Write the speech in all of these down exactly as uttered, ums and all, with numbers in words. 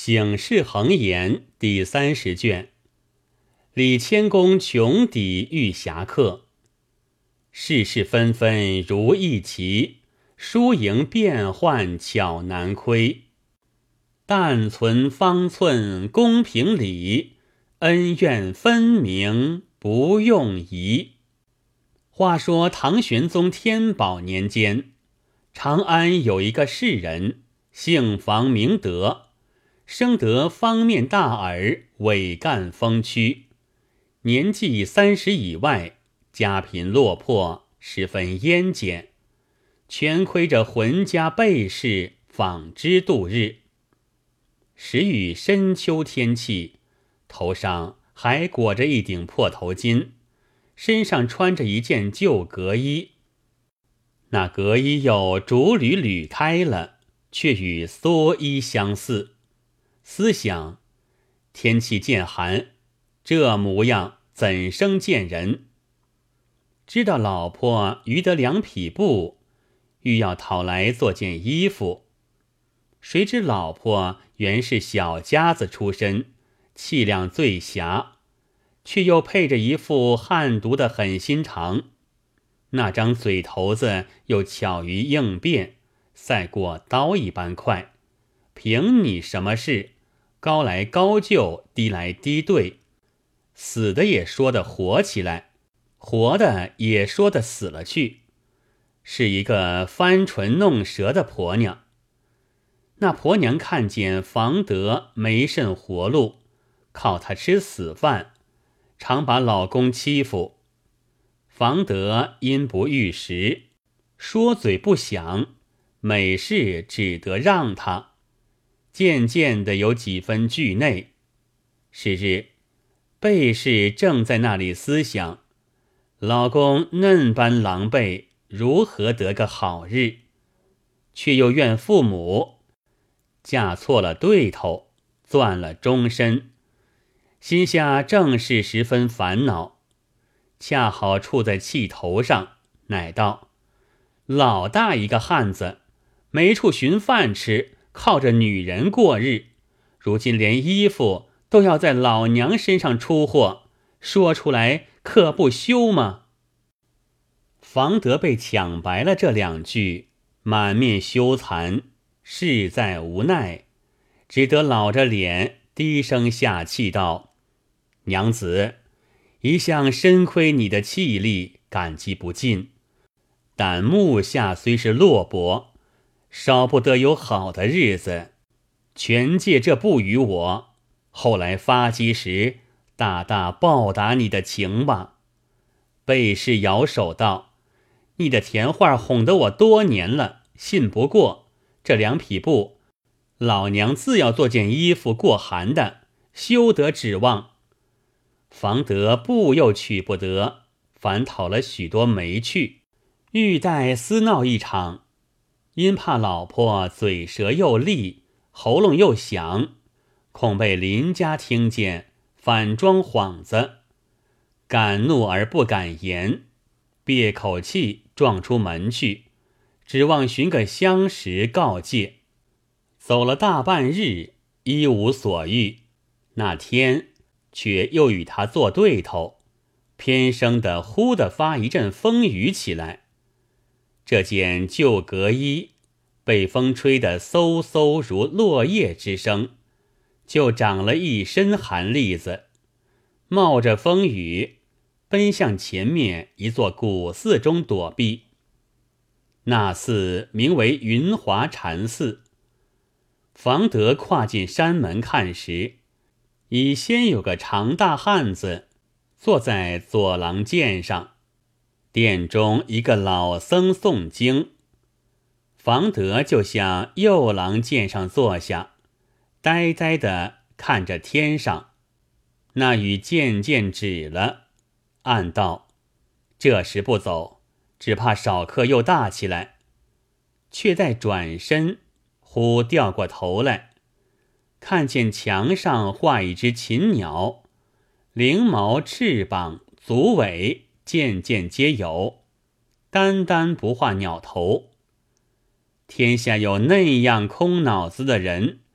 醒世恒言第三十卷，李谦公穷抵遇侠客。世事纷纷如一棋，输赢变幻巧难窥。但存方寸公平理，恩怨分明不用疑。话说唐玄宗天宝年间，长安有一个士人，姓房名德，生得方面大耳，伟干风趣，年纪三十以外，家贫落魄，十分烟简，全亏着浑家备氏纺织度日。时遇深秋天气，头上还裹着一顶破头巾，身上穿着一件旧革衣，那革衣又逐缕捋开了，却与蓑衣相似。思想天气渐寒，这模样怎生见人？知道老婆余得两匹布，欲要讨来做件衣服。谁知老婆原是小家子出身，气量最狭，却又配着一副悍毒的狠心肠，那张嘴头子又巧于应变，赛过刀一般快，凭你什么事，高来高就，低来低对，死的也说得活起来，活的也说得死了去，是一个翻唇弄舌的婆娘。那婆娘看见房德没甚活路，靠他吃死饭，常把老公欺负。房德因不遇时，说嘴不响，每事只得让他，渐渐的有几分惧内。是日，备氏正在那里思想，老公嫩般狼狈，如何得个好日？却又怨父母嫁错了对头，攥了终身，心下正是十分烦恼。恰好处在气头上，乃道：老大一个汉子，没处寻饭吃，靠着女人过日，如今连衣服都要在老娘身上出货，说出来可不羞吗？房德被抢白了这两句，满面羞惭，事在无奈，只得老着脸低声下气道：娘子，一向深亏你的气力，感激不尽，但目下虽是落魄，少不得有好的日子，全借这布与我，后来发迹时大大报答你的情吧。备氏摇手道：你的甜话哄得我多年了，信不过，这两匹布，老娘自要做件衣服过寒的，休得指望。房德布又取不得，反讨了许多没趣，欲待私闹一场，因怕老婆嘴舌又利，喉咙又响，恐被邻家听见，反装幌子，敢怒而不敢言，憋口气撞出门去，指望寻个相识告诫。走了大半日，一无所遇，那天却又与他作对头，偏生的忽地发一阵风雨起来。这件旧革衣被风吹得嗖嗖如落叶之声，就长了一身寒栗子，冒着风雨奔向前面一座古寺中躲避。那寺名为云华禅寺。房德跨进山门看时，已先有个长大汉子坐在左廊剑上，殿中一个老僧诵经。房德就向右廊剑上坐下，呆呆地看着天上。那雨渐渐止了，暗道：这时不走，只怕少客又大起来。却在转身，忽掉过头来，看见墙上画一只禽鸟，翎毛翅膀足尾渐渐皆有，单单不画鸟头。天下有那样空脑子的人，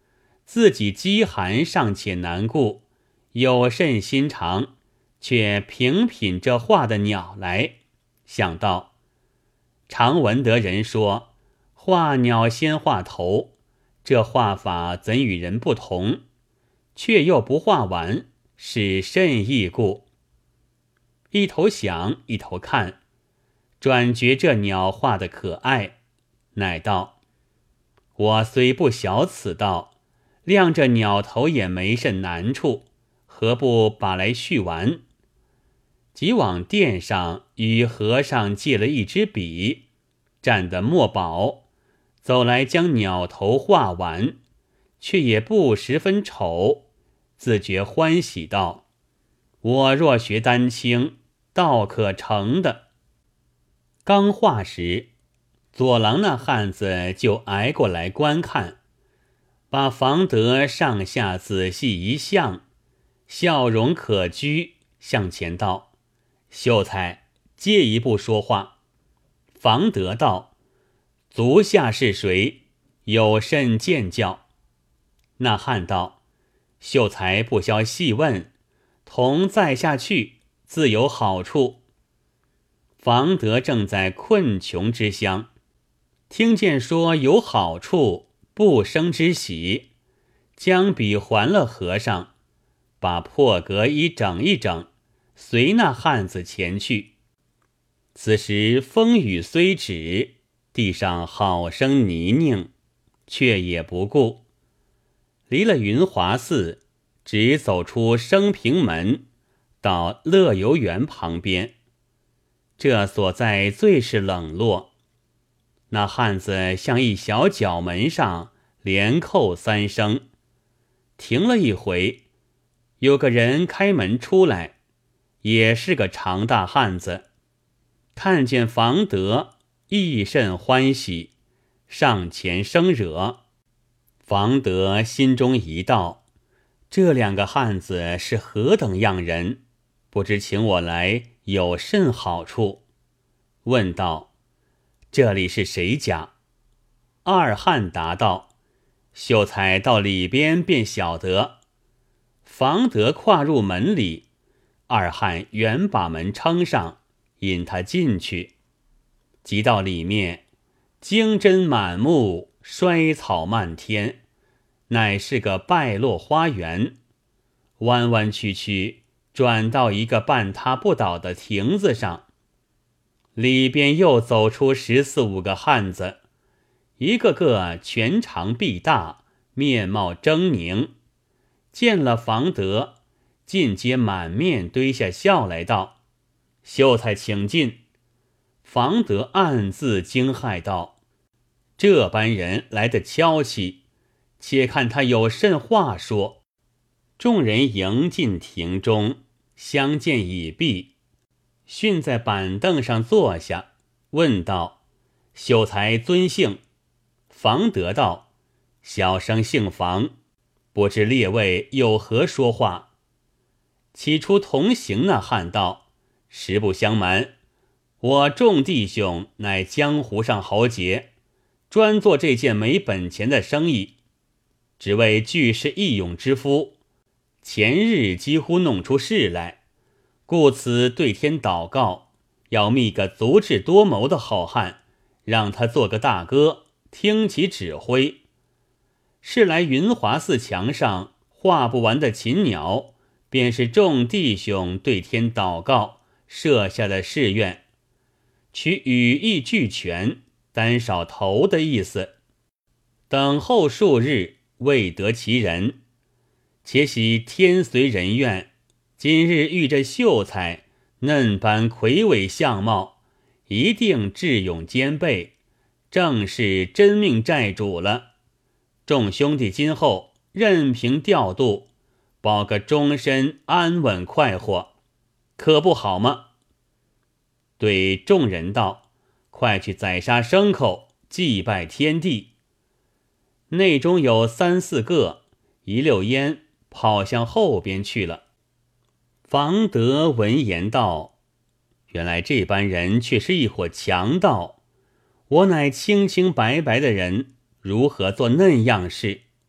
自己饥寒尚且难顾，有甚心肠，却评品这画的鸟来。想到常闻得人说，画鸟先画头，这画法怎与人不同？却又不画完，是甚异故？一头想，一头看，转觉这鸟画得可爱，乃道：我虽不晓此道，亮这鸟头也没甚难处，何不把来续完？即往殿上与和尚借了一支笔，蘸得墨宝，走来将鸟头画完，却也不十分丑，自觉欢喜道：我若学丹青，倒可成的。刚画时，左郎那汉子就挨过来观看，把房德上下仔细一向，笑容可掬，向前道：秀才，借一步说话。房德道：足下是谁？有甚见教？那汉道：秀才不消细问，同在下去，自有好处。房德正在困穷之乡，听见说有好处，不生之喜，将笔还了和尚，把破格一整一整，随那汉子前去。此时风雨虽止，地上好生泥泞，却也不顾。离了云华寺，只走出升平门，到乐游园旁边。这所在最是冷落。那汉子向一小角门上连叩三声，停了一回，有个人开门出来，也是个长大汉子，看见房德，亦甚欢喜，上前生惹。房德心中一道，这两个汉子是何等样人，不知请我来有甚好处？问道：这里是谁家？二汉答道：秀才到里边便晓得。房德跨入门里，二汉原把门撑上，引他进去。即到里面，荆针满目，衰草漫天，乃是个败落花园。弯弯曲曲转到一个半塌不倒的亭子上，里边又走出十四五个汉子，一个个全长臂大，面貌狰狞，见了房德，尽皆满面堆下笑来道：秀才请进。房德暗自惊骇道：这般人来得悄气，且看他有甚话说。众人迎进庭中，相见已毕，训在板凳上坐下，问道：秀才尊姓？房德道：小生姓房，不知列位有何说话？起初同行那汉道：实不相瞒，我众弟兄乃江湖上豪杰，专做这件没本钱的生意，只为俱是义勇之夫，前日几乎弄出事来，故此对天祷告，要觅个足智多谋的好汉，让他做个大哥，听其指挥。是来云华寺墙上画不完的禽鸟，便是众弟兄对天祷告设下的誓愿，取羽翼俱全，单少头的意思。等候数日，未得其人，且喜天随人愿，今日遇着秀才嫩般魁伟相貌，一定智勇兼备，正是真命债主了。众兄弟今后任凭调度，保个终身安稳快活，可不好吗？对众人道：快去宰杀牲口，祭拜天地。内中有三四个一溜烟跑向后边去了。房德闻言道：原来这般人却是一伙强盗，我乃清清白白的人，如何做嫩样事？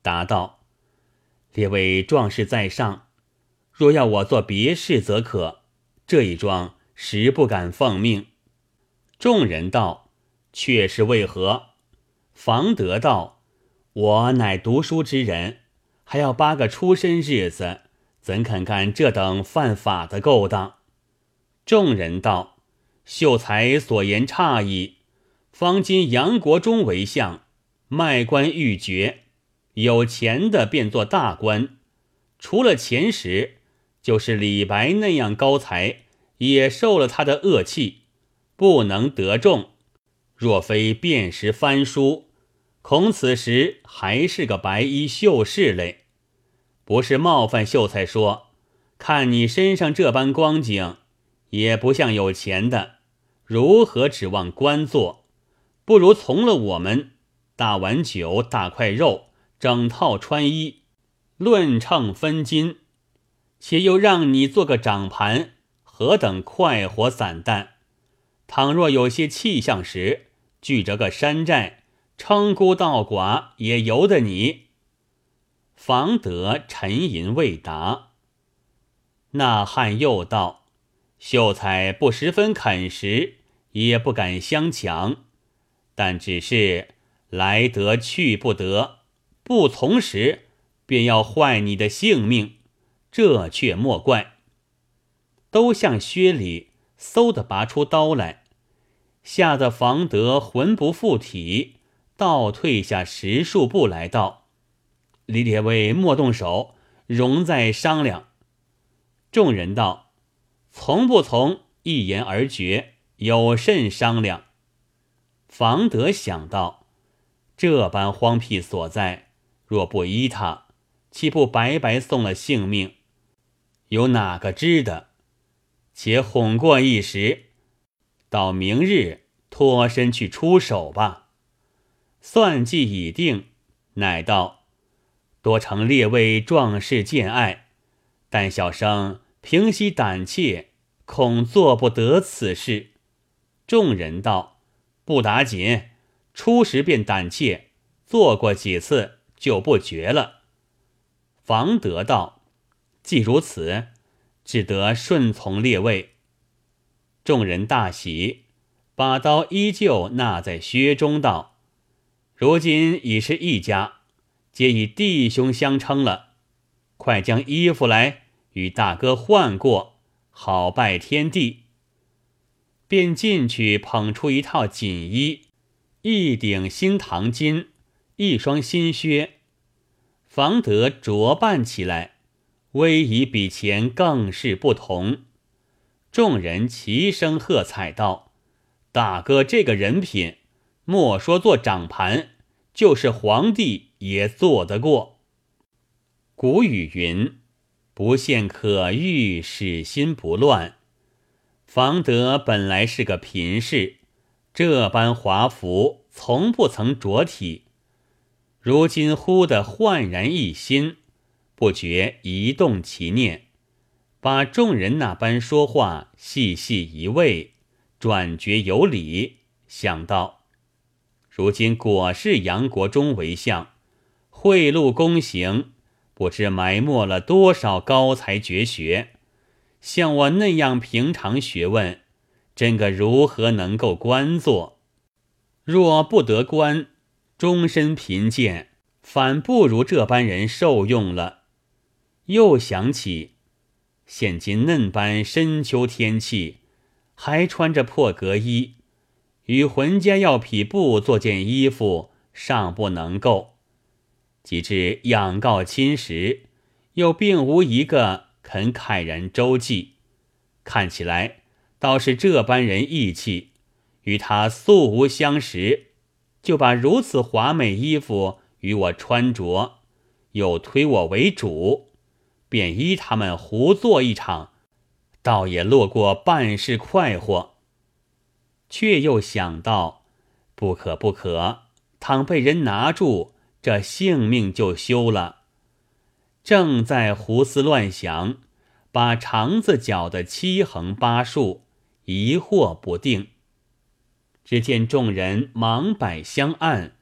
答道：列位壮士在上，若要我做别事则可，这一桩实不敢奉命。众人道：却是为何？房德道：我乃读书之人，还要八个出身日子，怎肯干这等犯法的勾当？众人道：秀才所言差矣。方今杨国忠为相，卖官鬻爵，有钱的便做大官，除了钱时，就是李白那样高才，也受了他的恶气，不能得中。若非辨识翻书，恐此时还是个白衣秀士嘞。不是冒犯秀才说，看你身上这般光景，也不像有钱的，如何指望官做？不如从了我们，大碗酒，大块肉，整套穿衣，论秤分金，且又让你做个掌盘，何等快活散淡！倘若有些气象时，聚着个山寨，称孤道寡也由得你。房德沉吟未答。那汉又道：秀才不十分肯食，也不敢相强，但只是来得去不得，不从时便要坏你的性命，这却莫怪。都向薛礼嗖地拔出刀来，吓得房德魂不附体，倒退下十数步来道：李列位莫动手，容再商量。众人道：从不从，一言而决，有甚商量？房德想到，这般荒僻所在，若不依他，岂不白白送了性命？有哪个知的？且哄过一时，到明日脱身去出手吧。算计已定，乃道：多承列位壮士见爱，但小生平息胆怯，恐做不得此事。众人道：不打紧，初时便胆怯，做过几次就不觉了。房德道：既如此，只得顺从列位。众人大喜，把刀依旧纳在靴中道：如今已是一家，皆以弟兄相称了，快将衣服来与大哥换过，好拜天地。便进去捧出一套锦衣，一顶新唐巾，一双新靴。房德着扮起来，威仪比前更是不同。众人齐声喝彩道：大哥这个人品，莫说做掌盘，就是皇帝也做得过。古语云：不陷可欲，使心不乱。房德本来是个贫士，这般华服从不曾着体，如今忽地焕然一新，不觉移动其念，把众人那般说话细细一味，转觉有理，想到如今果是杨国忠为相，贿赂公行，不知埋没了多少高才绝学。像我那样平常学问，真个如何能够官做？若不得官，终身贫贱，反不如这般人受用了。又想起现今嫩般深秋天气，还穿着破革衣，与浑家要匹布做件衣服，尚不能够。及至仰告亲时，又并无一个肯慨然周济，看起来倒是这般人义气，与他素无相识，就把如此华美衣服与我穿着，又推我为主，便依他们胡做一场，倒也落过半世快活。却又想到，不可不可，倘被人拿住，这性命就休了。正在胡思乱想，把肠子搅得七横八竖，疑惑不定。只见众人忙摆相案，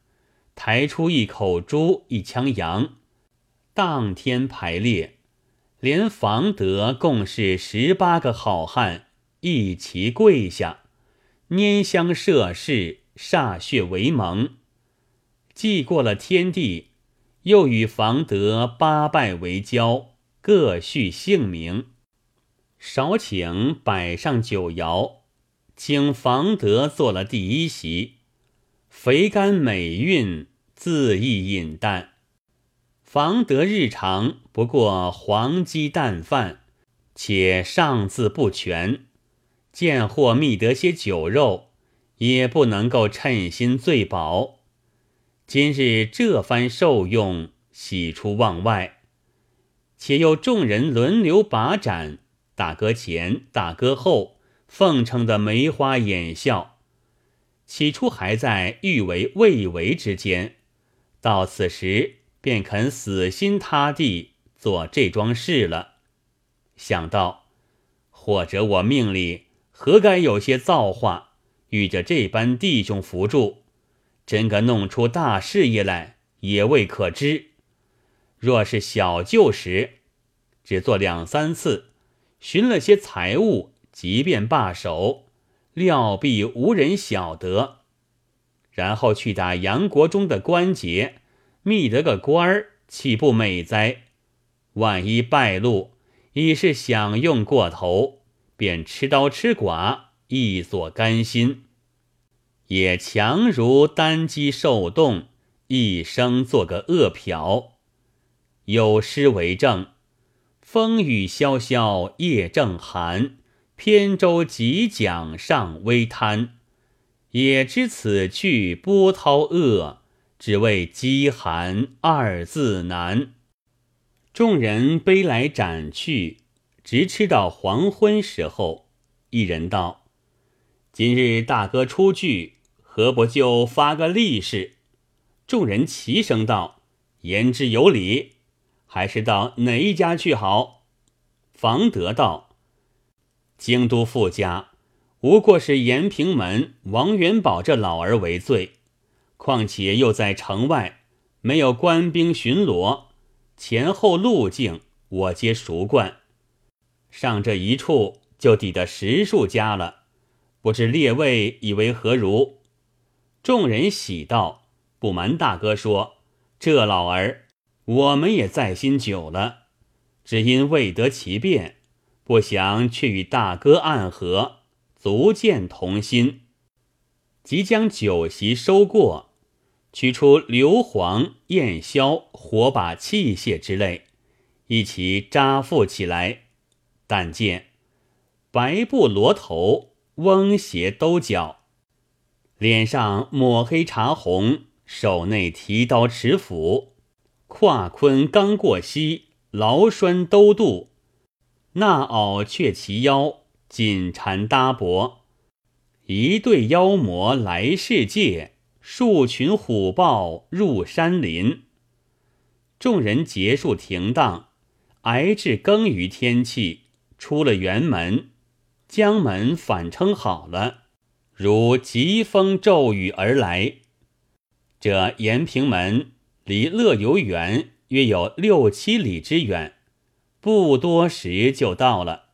抬出一口猪一枪羊，当天排列，连房德共是十八个好汉一齐跪下，拈香设誓，歃血为盟。祭过了天地，又与房德八拜为交，各叙姓名。少请摆上酒肴，请房德做了第一席，肥甘美韵，恣意饮淡。房德日常不过黄鸡蛋饭，且上字不全，见或觅得些酒肉，也不能够称心醉饱。今日这番受用，喜出望外，且又众人轮流把盏，大哥前大哥后，奉承的梅花眼笑。起初还在欲为未为之间，到此时便肯死心塌地做这桩事了。想到或者我命里何该有些造化，遇着这般弟兄扶助，真个弄出大事业来也未可知。若是小旧时，只做两三次，寻了些财物，即便罢手，料必无人晓得。然后去打杨国忠的关节，觅得个官儿，岂不美哉？万一败露，已是享用过头，便吃刀吃剐，亦所甘心。也强如单机受冻，一生做个恶殍。有诗为证：风雨萧萧夜正寒，扁舟楫桨上微滩。也知此去波涛恶，只为饥寒二字难。众人背来斩去，直吃到黄昏时候，一人道：今日大哥出具，何不就发个利是？众人齐声道：言之有理，还是到哪一家去好？房德道：京都傅家无过是延平门王元宝这老儿为罪，况且又在城外，没有官兵巡逻，前后路径我皆熟惯，上这一处就抵得十数家了，不知列位以为何如？众人喜道：不瞒大哥说，这老儿我们也在心久了，只因未得其便，不想却与大哥暗合，足见同心。即将酒席收过，取出硫磺、焰硝、火把器械之类，一起扎缚起来。但见白布罗头，翁鞋兜脚，脸上抹黑茶红，手内提刀持斧，胯坤刚过膝，劳栓兜肚，那袄却其腰，紧缠搭脖。一对妖魔来世界，数群虎豹入山林。众人结束停当，挨至更余天气，出了辕门，将门反撑好了，如疾风骤雨而来。这延平门离乐游园约有六七里之远，不多时就到了。